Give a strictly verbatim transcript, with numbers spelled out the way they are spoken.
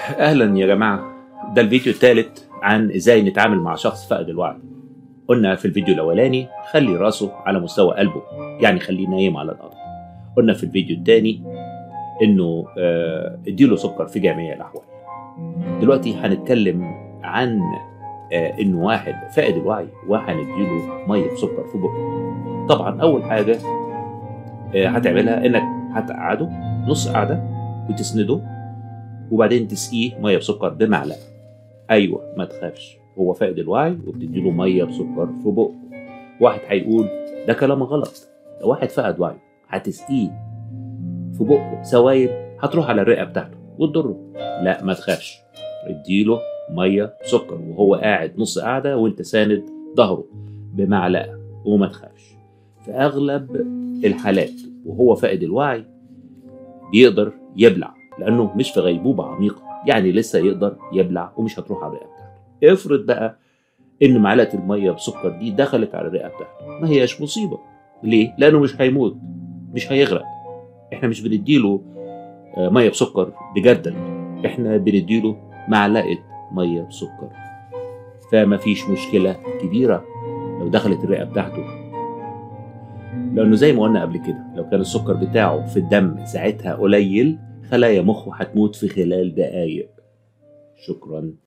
اهلا يا جماعه، ده الفيديو الثالث عن ازاي نتعامل مع شخص فقد الوعي. قلنا في الفيديو الاولاني خلي راسه على مستوى قلبه، يعني خليه نايم على الارض. قلنا في الفيديو الثاني انه آه اديله سكر في جميع الاحوال. دلوقتي هنتكلم عن آه انه واحد فاقد الوعي وهنديله ميه بسكر في بقه. طبعا اول حاجه آه هتعملها انك هتقعده نص قعده وتسنده، وبعدين تسقيه ميه بسكر بمعلقه. ايوه ما تخافش، هو فاقد الوعي وبتديله ميه بسكر في بقه. واحد هيقول ده كلام غلط، لو واحد فقد وعيه هتسقيه في بقه سوائل هتروح على الرئه بتاعته وتضره. لا ما تخافش، اديله ميه بسكر وهو قاعد نص قاعده وانت ساند ظهره بمعلقه وما تخافش. في اغلب الحالات وهو فاقد الوعي بيقدر يبلع، لانه مش في غيبوبه عميقه، يعني لسه يقدر يبلع ومش هتروح على الرئه بتاعته. افرض بقى ان معلقه الميه بسكر دي دخلت على الرئه بتاعته، ما هياش مصيبه. ليه؟ لانه مش هيموت، مش هيغرق. احنا مش بنديله ميه بسكر بجردل، احنا بنديله معلقه ميه بسكر، فما فيش مشكله كبيره لو دخلت الرئه بتاعته، لانه زي ما قلنا قبل كده لو كان السكر بتاعه في الدم ساعتها قليل خلايا مخه هتموت في خلال دقايق. شكرا.